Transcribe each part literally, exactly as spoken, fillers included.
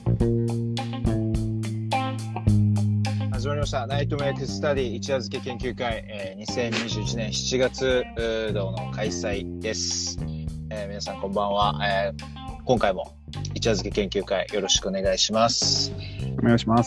始まりました。ナイトメイクスタディ一夜漬け研究会、えー、にせんにじゅういちねんしちがつ度の開催です。えー、皆さんこんばんは、えー。今回も一夜漬け研究会よろしくお願いします。 お願いします。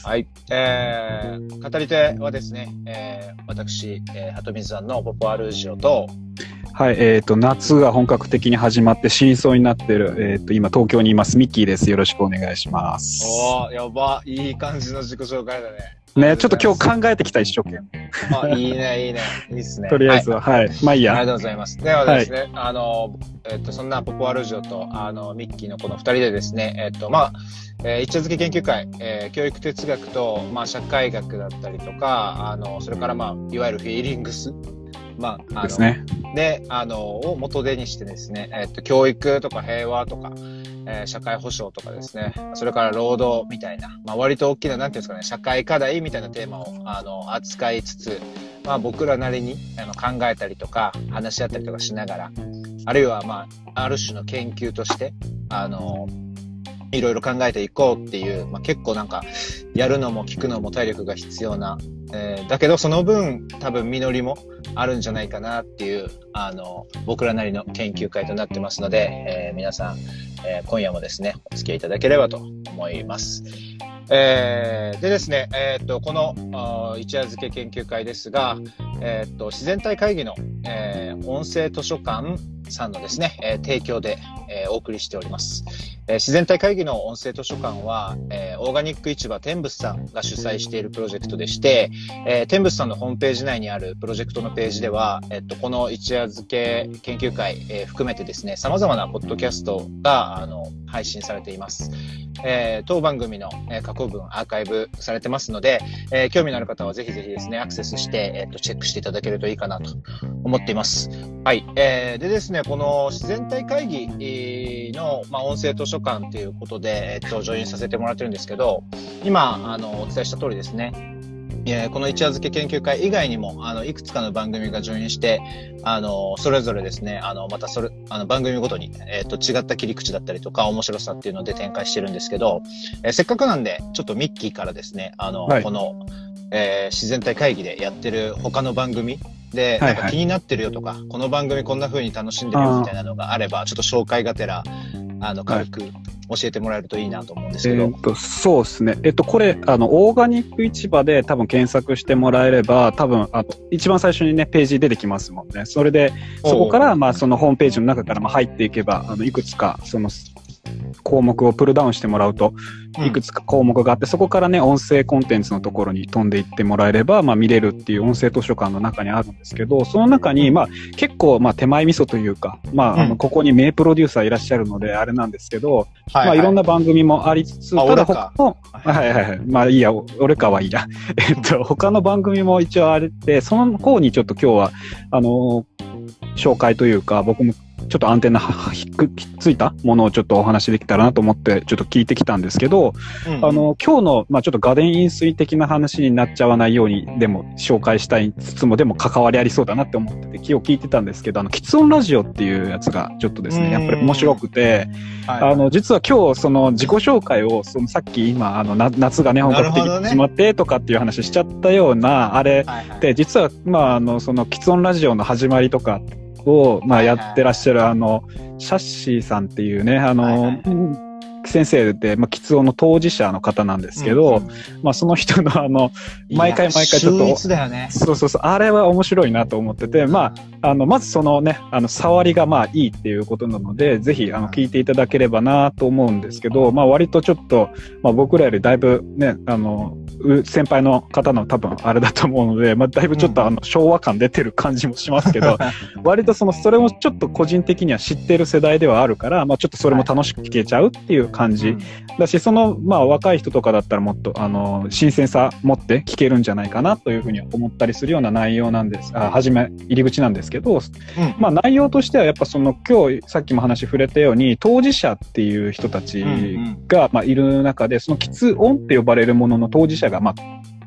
はい。えー、語り手はですね、えー、私、えー、鳩水さんのポポアルージオと、 はい、えっと、夏が本格的に始まって死にそうになってる、えっと、今東京にいます、ミッキーです。よろしくお願いします。 おー、やば。いい感じの自己紹介だね。 ね、ちょっと今日考えてきた、一生懸命。あ、いいね、いいね。いいっすね。 とりあえずは、はい、はい。まあいいや。 ありがとうございます。ではですね、はい、あの、えっと、そんなポポアルージオと、あの、ミッキーのこの二人でですね、えっと、まあ、えー、一夜漬け研究会、えー、教育哲学と、まあ、社会学だったりとか、あの、それからまあ、いわゆるフィーリングス。まあ、あの、ですね。で、あの、を元手にしてですね、えっと、教育とか平和とか、えー、社会保障とかですね、それから労働みたいな、まあ、割と大きな、なんていうんですかね、社会課題みたいなテーマを、あの、扱いつつ、まあ、僕らなりにあの考えたりとか、話し合ったりとかしながら、あるいは、まあ、ある種の研究として、あの、いろいろ考えていこうっていう、まあ、結構なんか、やるのも聞くのも体力が必要な、えー、だけどその分多分実りもあるんじゃないかなっていう、あの、僕らなりの研究会となってますので、えー、皆さん、えー、今夜もですね、お付き合いいただければと思います。えー、でですね、えー、っと、この一夜漬け研究会ですが、えー、っと、自然体会議の、えー、音声図書館さんのですね、えー、提供で、えー、お送りしております。えー、自然体会議の音声図書館は、えー、オーガニック市場天物さんが主催しているプロジェクトでして、えー、天物さんのホームページ内にあるプロジェクトのページでは、えっと、この一夜漬け研究会、えー、含めてですね、様々なポッドキャストが、あの、配信されています。えー、当番組の、えー、過去分アーカイブされてますので、えー、興味のある方はぜひぜひですね、アクセスして、えー、とチェックしていただけるといいかなと思っています。はい。えー、でですね、この自然体会議の、まあ、音声図書館ということで、えっと、ジョインさせてもらってるんですけど、今、あの、お伝えした通りですね、えー、この一夜漬け研究会以外にも、あの、いくつかの番組がジョインして、あの、それぞれですね、あの、またそれ、あの、番組ごとに、えっと、違った切り口だったりとか、面白さっていうので展開してるんですけど、えー、せっかくなんで、ちょっとミッキーからですね、あの、はい、この、えー、自然体会議でやってる他の番組で、なんか気になってるよとか、はいはい、この番組こんな風に楽しんでるよみたいなのがあれば、ちょっと紹介がてら、あの、軽く、はい、教えてもらえるといいなと思うんですけど。 えー、とそうですね。えっと、これ、あの、オーガニック市場で多分検索してもらえれば、多分、あと、一番最初にね、ページ出てきますもんね。それで、そこから、まあ、そのホームページの中からまあ入っていけば、あの、いくつか、その、項目をプルダウンしてもらうと、いくつか項目があって、うん、そこからね、音声コンテンツのところに飛んでいってもらえれば、まあ見れるっていう音声図書館の中にあるんですけど、その中に、まあ結構、まあ手前味噌というか、まあ、うん、あの、ここに名プロデューサーいらっしゃるので、あれなんですけど、はいはい、まあいろんな番組もありつつ、ただ他の、はいはいはい、まあいいや、俺かはいいや。えっと、他の番組も一応あれで、その方にちょっと今日は、あの、紹介というか、僕もちょっとアンテナひっついたものをちょっとお話できたらなと思ってちょっと聞いてきたんですけど、うんうん、あの、今日の、まあちょっと画伝飲水的な話になっちゃわないようにでも紹介したいつつもでも関わりありそうだなって思ってて、今日聞いてたんですけど、あの、喫音ラジオっていうやつがちょっとですね、やっぱり面白くて、はいはい、あの、実は今日その自己紹介を、そのさっき今、あの、夏がね、本格的に始まってとかっていう話しちゃったような、あれで、実は、まああの、その喫音ラジオの始まりとか、を、まあ、やってらっしゃる、あの、シャッシーさんっていうね、あの、はいはい、先生で、まあ、喫音の当事者の方なんですけど、うんうん、まあ、その人のあの、毎回毎回ちょっと、 秀逸だよね。 そうそうそう、あれは面白いなと思ってて、まあ、あの、まずそのね、あの、触りがまあいいっていうことなので、ぜひ、あの、聞いていただければなと思うんですけど、まあ、割とちょっと、まあ、僕らよりだいぶね、あの、先輩の方の多分あれだと思うので、まあ、だいぶちょっとあの、昭和感出てる感じもしますけど、割とその、それもちょっと個人的には知ってる世代ではあるから、まあ、ちょっとそれも楽しく聞けちゃうっていう感じ。だし、その、まあ、若い人とかだったらもっと、あの、新鮮さ持って聞けるんじゃないかなというふうに思ったりするような内容なんです。あ、はじめ、入り口なんですけど、うん、まあ、内容としてはやっぱその、今日、さっきも話触れたように、当事者っていう人たちが、まあ、いる中で、その喫音って呼ばれるものの当事者が、まあ、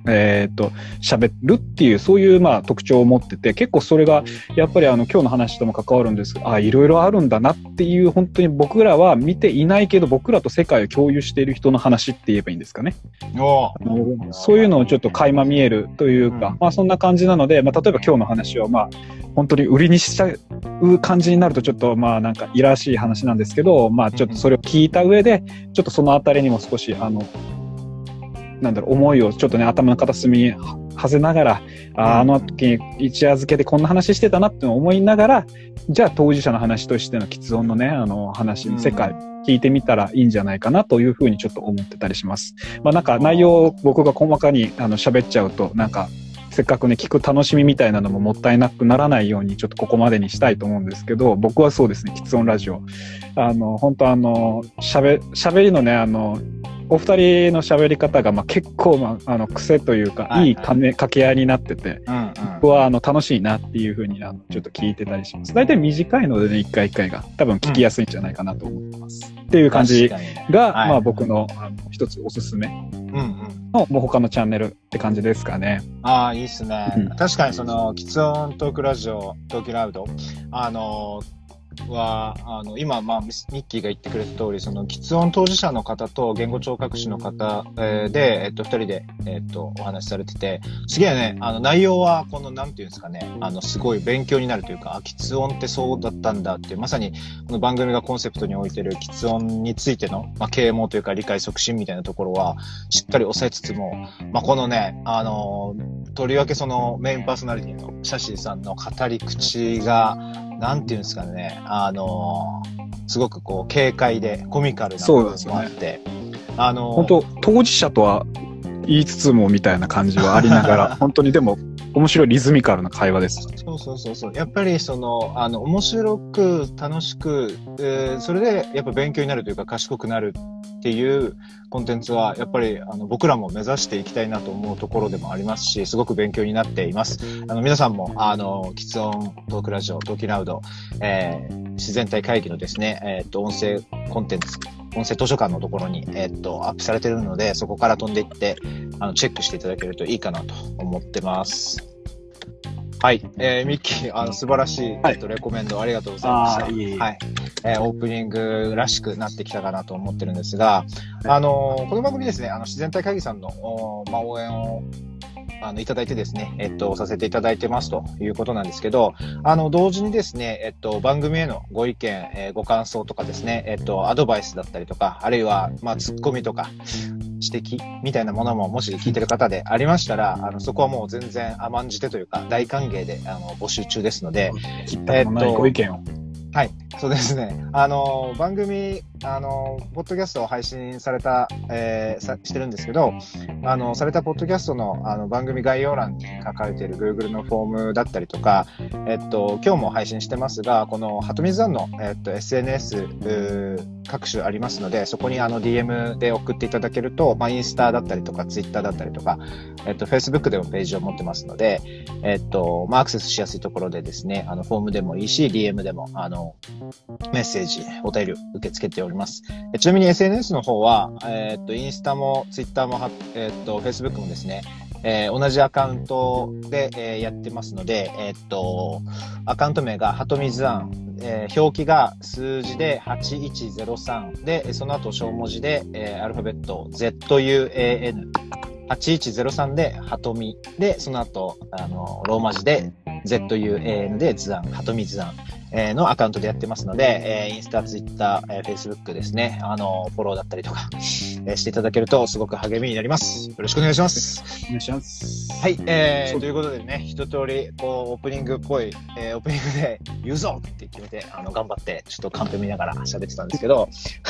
えっと、喋るっていう、そういうまあ特徴を持ってて、結構それが、やっぱりあの、今日の話とも関わるんですが、あ、いろいろあるんだなっていう、本当に僕らは見ていないけど、僕らと世界を共有している人の話って言えばいいんですかね。 おあのそういうのをちょっと垣間見えるというか、うん、まあそんな感じなので、まあ例えば今日の話をまあ、本当に売りにしちゃう感じになるとちょっとまあなんかいらしい話なんですけど、まあちょっとそれを聞いた上で、ちょっとそのあたりにも少しあの、なんだろう、思いをちょっとね、頭の片隅にはせながら、あ, あの時に一夜漬けでこんな話してたなって思いながら、じゃあ当事者の話としての喫音のね、あの話、世界聞いてみたらいいんじゃないかなというふうにちょっと思ってたりします。まあなんか内容を僕が細かにあの喋っちゃうと、なんか、せっかくね、聞く楽しみみたいなのももったいなくならないように、ちょっとここまでにしたいと思うんですけど、僕はそうですね、喫音ラジオ。あの、本当あの、喋、喋りのね、あの、お二人の喋り方が、まあ、結構、まあ、あの、癖というか、はいはい、いいかめ掛け合いになってて、うんうん、僕は、あの、楽しいなっていうふうに、あの、ちょっと聞いてたりします。大体短いのでね、一回一回が、多分聞きやすいんじゃないかなと思ってます。うん、っていう感じが、はい、まあ、僕の、あの、一つおすすめ。うんうんのもう他のチャンネルって感じですかね。 ああ、いいっすね。うん、確かにその、喫音トークラジオ、トーキラウド、あのー、は、あの、今、まあ、ミッキーが言ってくれた通り、その、喫音当事者の方と言語聴覚士の方、えー、で、えっと、二人で、えっと、お話しされてて、すげえね、あの、内容は、この、なんていうんですかね、あの、すごい勉強になるというか、喫音ってそうだったんだっていう、まさに、この番組がコンセプトに置いてる喫音についての、まあ、啓蒙というか理解促進みたいなところは、しっかり押さえつつも、まあ、このね、あの、とりわけその、メインパーソナリティのシャシーさんの語り口が、なんていうんですかね、あのー、すごくこう軽快でコミカルな部分もあって、ね、あのー、 本当当事者とは言いつつもみたいな感じはありながら本当にでも面白いリズミカルな会話です。 そうそうそうそう。やっぱりそのあの面白く楽しく、えー、それでやっぱ勉強になるというか賢くなるっていうコンテンツはやっぱりあの僕らも目指していきたいなと思うところでもありますし、すごく勉強になっています。あの皆さんもあの喫音トークラジオトーキラウド、えー、自然体会議のですね、えー、っと音声コンテンツ。音声図書館のところに、えー、っと、アップされているので、そこから飛んでいって、あの、チェックしていただけるといいかなと思ってます。はい。えー、ミッキー、あの、素晴らしい、はい、えっと、レコメンドありがとうございました。いいはい。えー、オープニングらしくなってきたかなと思ってるんですが、あのー、この番組ですね、あの、自然体会議さんの、まあ、応援を、あの、いただいてですね、えっと、させていただいてますということなんですけど、あの、同時にですね、えっと、番組へのご意見、えー、ご感想とかですね、えっと、アドバイスだったりとか、あるいは、まあ、ツッコミとか、指摘みたいなものも、もし聞いてる方でありましたら、あの、そこはもう全然甘んじてというか、大歓迎で、あの、募集中ですので、 えっと、ご意見を。 はい、そうですね。あの、番組、あの、ポッドキャストを配信された、えー、さ、してるんですけど、あの、されたポッドキャストの、あの、番組概要欄に書かれている Google のフォームだったりとか、えっと、今日も配信してますが、この、はとみずさんの、えっと、エスエヌエス、各種ありますので、そこにあの、ディーエム で送っていただけると、まあ、インスタだったりとか、Twitter だったりとか、えっと、Facebook でもページを持ってますので、えっと、まあ、アクセスしやすいところでですね、あの、フォームでもいいし、ディーエム でも、あの、メッセージ、お便り受け付けております。ちなみに エスエヌエス の方は、えっと、インスタも、ツイッターも、えっと、Facebook もですね、えー、同じアカウントで、えー、やってますので、えっと、アカウント名がはとみずあん、えー、表記が数字ではちいちゼロさんで、その後小文字で、えー、アルファベット ゼットユーエーエヌ、はちいちゼロさんで、はとみで、その後、あの、ローマ字で、ゼットユーエーエヌ で図案、はとみ図案のアカウントでやってますので、インスタ、ツイッター、フェイスブックですね、あの、フォローだったりとか、していただけるとすごく励みになります。よろしくお願いします。 お願いします。 はい、えー、ということでね、一通り、こう、オープニングっぽい、えー、オープニングで言うぞって決めて、あの、頑張って、ちょっとカンペ見ながら喋ってたんですけど、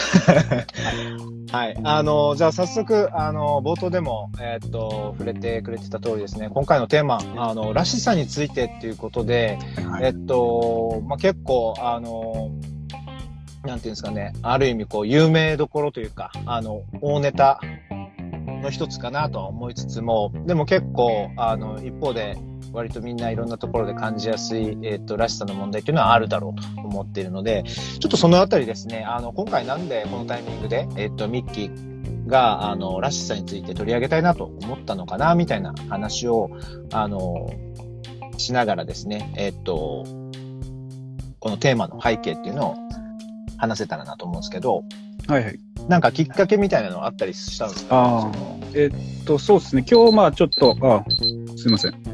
はい、あの、じゃあ早速、あの、冒頭でも、えー、っと、触れてくれてた通りですね、今回のテーマ、あの、らしさについてっていうことで、はい、えっと、まあ、結構、あの、なんていうんですかね、ある意味こう、有名どころというか、あの、大ネタの一つかなとは思いつつも、でも結構、あの、一方で、割とみんないろんなところで感じやすい、えっと、らしさの問題というのはあるだろうと思っているので、ちょっとそのあたりですね、あの、今回なんでこのタイミングで、えっと、ミッキーが、あの、らしさについて取り上げたいなと思ったのかな、みたいな話を、あの、しながらですね、えっと、このテーマの背景っていうのを話せたらなと思うんですけど、 はいはい。 なんかきっかけみたいなのあったりしたんですか？ ああ、えっと、そうですね。今日、まあちょっと、あ、すいません。うん。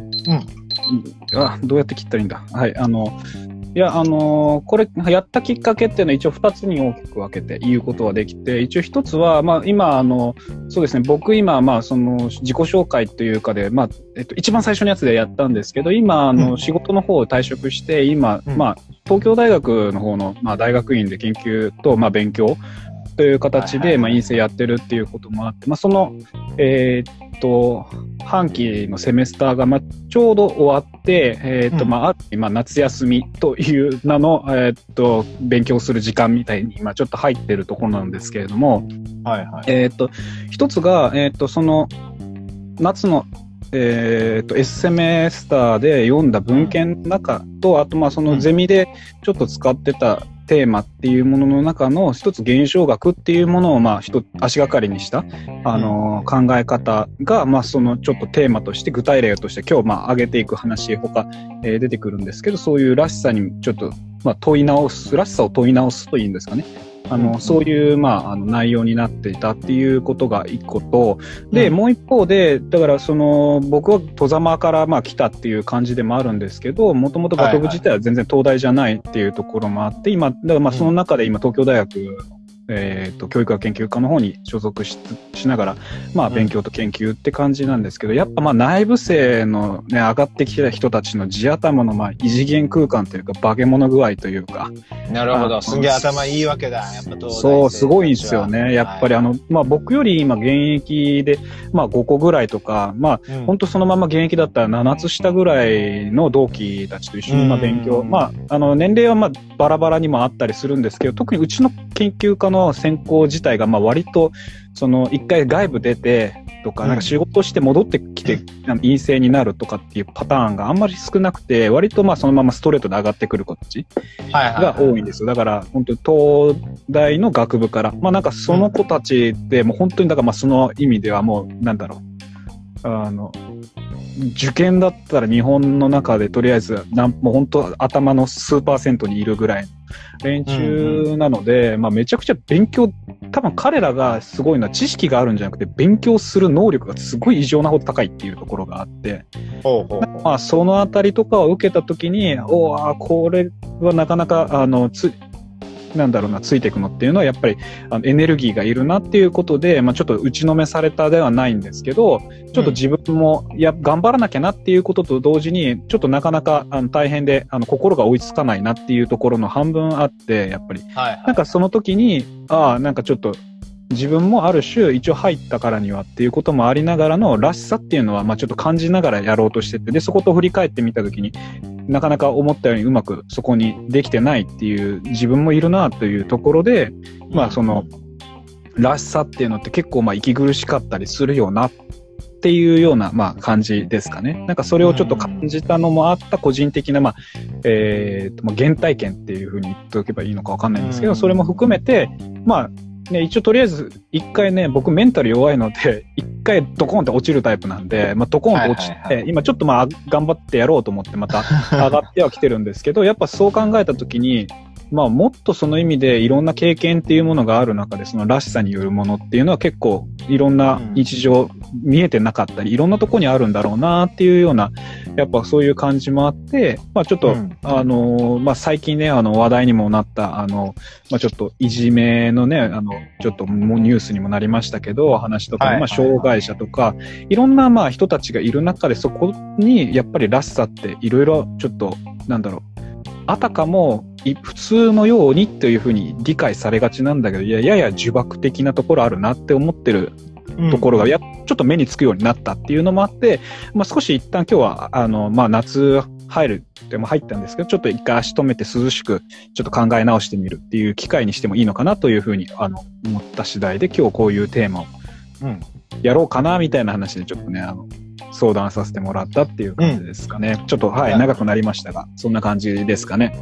あ、どうやって切ったらいいんだ。はい。あの、いや、あのーこれ、やったきっかけっていうのは一応二つに大きく分けて言うことはできて、一応一つは、まあ今、あの、そうですね、僕今、まあその自己紹介というかで、まあ、えっと、一番最初のやつでやったんですけど、今、あの、 うん仕事の方を退職して、今、 うんまあ、東京大学の方の、まあ大学院で研究と、まあ勉強という形で、まあ院生やってるっていうこともあって、まあその、えーっと、半期のセメスターが、まあ、ちょうど終わって、えーっと、 うんまあ、今、夏休みという名の、えーっと、勉強する時間みたいに、今、ちょっと入ってるところなんですけれども、 はいはい。 えーっと、一つが、えーっと、その、夏の、えーっと、エスセメスターで読んだ文献の中と、あと、まあ、そのゼミでちょっと使ってたテーマっていうものの中の一つ現象学っていうものを、まあ、一つ足がかりにした、あのー考え方が、まあ、そのちょっとテーマとして具体例として今日、まあ、挙げていく話、他、えー出てくるんですけど、そういうらしさにちょっと、まあ、問い直す、らしさを問い直すといいんですかね。あの、 うんそういう、まあ、あの、内容になっていたっていうことが一個と、で、 うんもう一方で、だからその、僕は戸様からまあ来たっていう感じでもあるんですけど、もともと学部自体は全然東大じゃないっていうところもあって、今、だからまあその中で今東京大学、えっと、教育学研究科の方に所属し、しながら、まあ勉強と研究って感じなんですけど、やっぱまあ内部生のね、上がってきた人たちの地頭のまあ異次元空間というか、化け物具合というか、 なるほど。すんげえ頭いいわけだ。やっぱ東大生たちはそう、すごいんですよね。やっぱりあの、まあ僕より今現役で、まあごこぐらいとか、まあうん本当そのまま現役だったらななつ下ぐらいの同期たちと一緒にまあ勉強、 うんまああの年齢はまあバラバラにもあったりするんですけど、特にうちの研究科の専攻自体がまあ割とその一回外部出てとか、なんか仕事して戻ってきて陰性になるとかっていうパターンがあんまり少なくて、割とまあそのままストレートで上がってくる子たちはいはいが多いんですよ。だから本当に東大の学部から、まあなんかその子たちでもう本当にだからまあその意味ではもうなんだろう、あの受験だったら日本の中でとりあえずなんもう本当頭の数パーセントにいるぐらいの連中なので、まあめちゃくちゃ勉強、多分彼らがすごいのは知識があるんじゃなくて勉強する能力がすごい異常なほど高いっていうところがあって、 ほうほうほう。 まあそのあたりとかを受けたときに、おあこれはなかなかあのつなんだろうな、ついていくのっていうのはやっぱりあのエネルギーがいるなっていうことで、まあちょっと打ちのめされたではないんですけど、ちょっと自分もや頑張らなきゃなっていうことと同時に、ちょっとなかなかあの大変で、あの心が追いつかないなっていうところの半分あって、やっぱり。 はいはい。 なんかその時に、ああ、なんかちょっと自分もある種一応入ったからにはっていうこともありながらのらしさっていうのは、まあちょっと感じながらやろうとしてて、で、そこと振り返ってみた時に、なかなか思ったようにうまくそこにできてないっていう自分もいるなというところで、まあその、らしさっていうのって結構まあ息苦しかったりするよなっていうようなまあ感じですかね。なんかそれをちょっと感じたのもあった個人的なまあ、えーと、原体験っていうふうに言っておけばいいのかわかんないんですけど、それも含めて、まあ、ね、一応とりあえず一回ね、僕メンタル弱いので、一回ドコンって落ちるタイプなんで、まあドコンって落ちて、 はいはいはい、 今ちょっとまあ頑張ってやろうと思ってまた上がってはきてるんですけど、やっぱそう考えたときに、まあもっとその意味でいろんな経験っていうものがある中で、そのらしさによるものっていうのは結構いろんな日常見えてなかったり、いろんなとこにあるんだろうなっていうような、やっぱそういう感じもあって、まあちょっと、うん、あの、まあ最近ね、あの話題にもなった、あの、まあちょっといじめのね、あの、ちょっともうニュースにもなりましたけど、話とか、はい、まあ障害者とか、いろんなまあ人たちがいる中でそこにやっぱりらしさっていろいろちょっと、なんだろう、あたかも普通のようにというふうに理解されがちなんだけど、いや、やや呪縛的なところあるなって思ってるところが、やちょっと目につくようになったっていうのもあって、まあ少し一旦今日は、あの、まあ夏入るっても入ったんですけど、ちょっと一回足止めて涼しくちょっと考え直してみるっていう機会にしてもいいのかなというふうにあの思った次第で、今日こういうテーマをやろうかなみたいな話でちょっとね、あの、相談させてもらったっていう感じですかね。うん、ちょっと、はい、長くなりましたが、そんな感じですかね。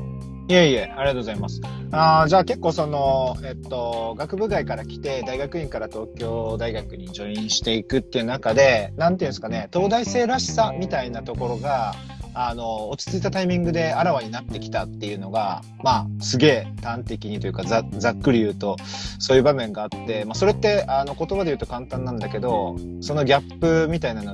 いえいえ、ありがとうございます。あーじゃあ結構その、えっと、学部外から来て、大学院から東京大学にジョインしていくっていう中で、なんていうんですかね、東大生らしさみたいなところが、あの、落ち着いたタイミングであらわになってきたっていうのが、まあ、すげえ端的にというかざ、ざっくり言うと、そういう場面があって、まあ、それって、あの、言葉で言うと簡単なんだけど、そのギャップみたいなのって、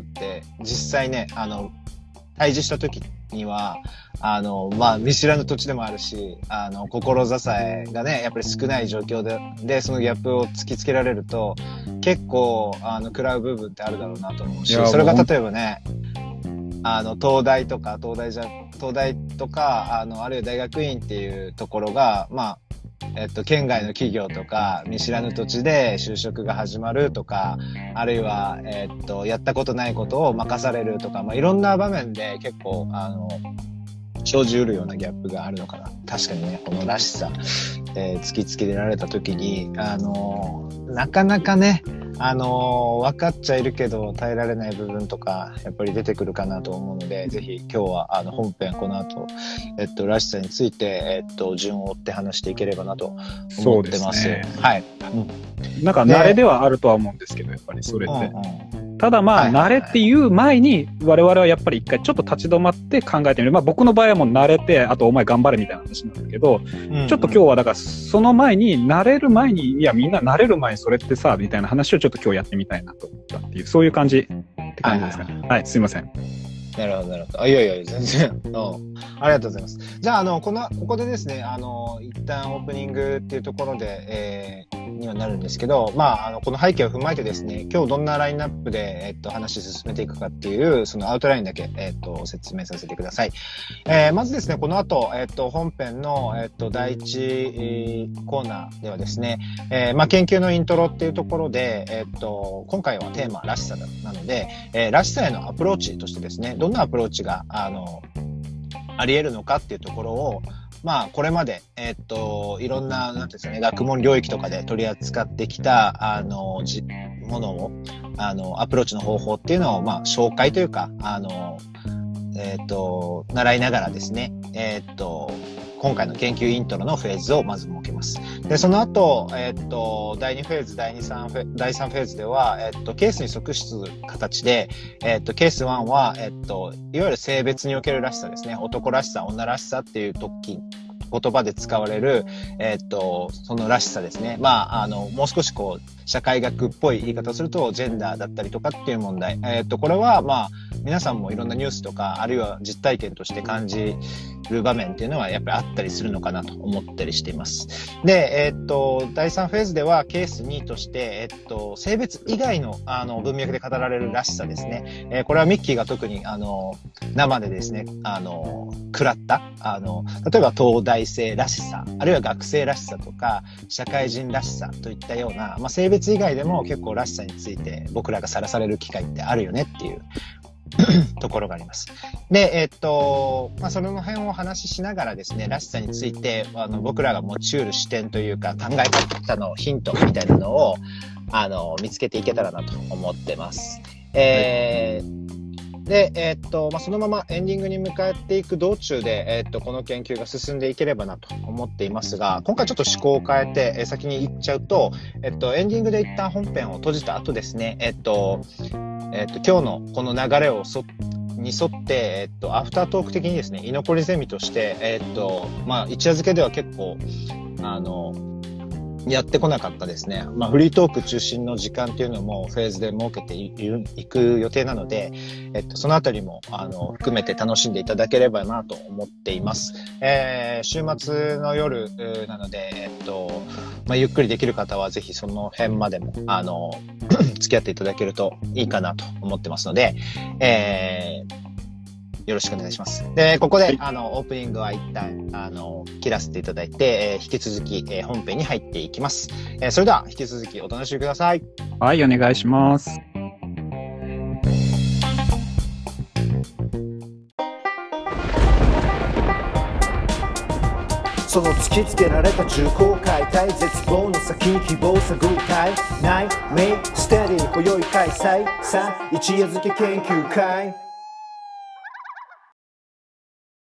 実際ね、あの、対峙した時には、あの、まあ、見知らぬ土地でもあるし、あの、心支えがね、やっぱり少ない状況で、で、そのギャップを突きつけられると、結構、あの、食らう部分ってあるだろうなと思うし、それが例えばね、あの、東大とか、東大じゃ、東大とか、あの、あるいは大学院っていうところが、まあ、えっと、県外の企業とか、見知らぬ土地で就職が始まるとか、あるいは、えっと、やったことないことを任されるとか、まあ、いろんな場面で結構、あの、生じうるようなギャップがあるのかな。確かにね、このらしさ、えー、突きつけられた時に、あの、なかなかね、あのー、分かっちゃいるけど耐えられない部分とかやっぱり出てくるかなと思うので、ぜひ今日はあの本編この後、えっと、らしさについて、えっと、順を追って話していければなと思ってます。そうですね。はい。 うん、なんか慣れではあるとは思うんですけど、やっぱりそれって。うんうん、ただまあ、はいはいはい、慣れっていう前に我々はやっぱり一回ちょっと立ち止まって考えてみる。まあ僕の場合はもう慣れて、あとお前頑張れみたいな話なんだけど、うんうん、ちょっと今日はだからその前に、慣れる前に、いやみんな慣れる前にそれってさ、みたいな話をちょっと今日やってみたいなと思ったっていう、そういう感じって感じですかね。はい、はいはい、すいません。 なるほど、なるほど。あ、いやいや、全然。うん。ありがとうございます。じゃあ、あの、この、ここでですね、あの、一旦オープニングっていうところで、えー、にはなるんですけど、まあ、あの、この背景を踏まえてですね、今日どんなラインナップで、えっと、話進めていくかっていう、そのアウトラインだけ、えっと、説明させてください。えー、まずですね、この後、えっと、本編の、えっと、第一、えー、コーナーではですね、えー、まあ、研究のイントロっていうところで、えっと、今回はテーマ、らしさなので、えー、らしさへのアプローチとしてですね、どんなアプローチが、あの、あり得るのかっていうところを、まあ、これまで、えっと、いろんな、なんていうんですかね、学問領域とかで取り扱ってきた、あの、じ、ものを、あの、アプローチの方法っていうのを、まあ、紹介というか、あの、えっと、習いながらですね、えっと、今回の研究イントロのフェーズをまず設けます。で、その後、えっと、だいにフェーズ、だいに、さんフェ、だいさんフェーズでは、えっと、ケースに即する形で、えっと、ケースいちは、えっと、いわゆる性別におけるらしさですね。男らしさ、女らしさっていう時、言葉で使われる、えっと、そのらしさですね。まあ、あの、もう少しこう、社会学っぽい言い方をすると、ジェンダーだったりとかっていう問題。えっと、これは、まあ、皆さんもいろんなニュースとか、あるいは実体験として感じる場面っていうのはやっぱりあったりするのかなと思ったりしています。で、えっと、だいさんフェーズではケースにとして、えっと、性別以外の、あの、文脈で語られるらしさですね。えー、これはミッキーが特に、あの、生でですね、あの、食らった、あの、例えば東大生らしさ、あるいは学生らしさとか、社会人らしさといったような、まあ、性別以外でも結構らしさについて僕らがさらされる機会ってあるよねっていうところがあります。で、えっと、まあ、その辺をお話ししながらですね、らしさについて、あの、僕らが持ち得る視点というか、考え方のヒントみたいなのを、あの、見つけていけたらなと思ってます。えーで、えーっと、まあ、そのままエンディングに向かっていく道中で、えーっと、この研究が進んでいければなと思っていますが、今回ちょっと思考を変えて、えー、先に言っちゃうと、えーっと、エンディングで一旦本編を閉じた後ですね、えーっと、えーっと、今日のこの流れをそに沿って、えーっと、アフタートーク的にですね、居残りゼミとして、えーっと、まあ、一夜漬けでは結構、あの、やってこなかったですね。まあ、フリートーク中心の時間っていうのもフェーズで設けていく予定なので、えっと、そのあたりも、あの、含めて楽しんでいただければなと思っています。えー、週末の夜なので、えっと、まあ、ゆっくりできる方はぜひその辺までも、あの、付き合っていただけるといいかなと思ってますので、えー、よろしくお願いします。で、ここで、はい、あの、オープニングは一旦、あの、切らせていただいて、えー、引き続き、えー、本編に入っていきます。えー、それでは、引き続きお楽しみください。 はい、お願いします。 その突きつけられた重厚解体絶望の先に希望を探りたいナイメイステディ今宵開催さあ一夜漬け研究会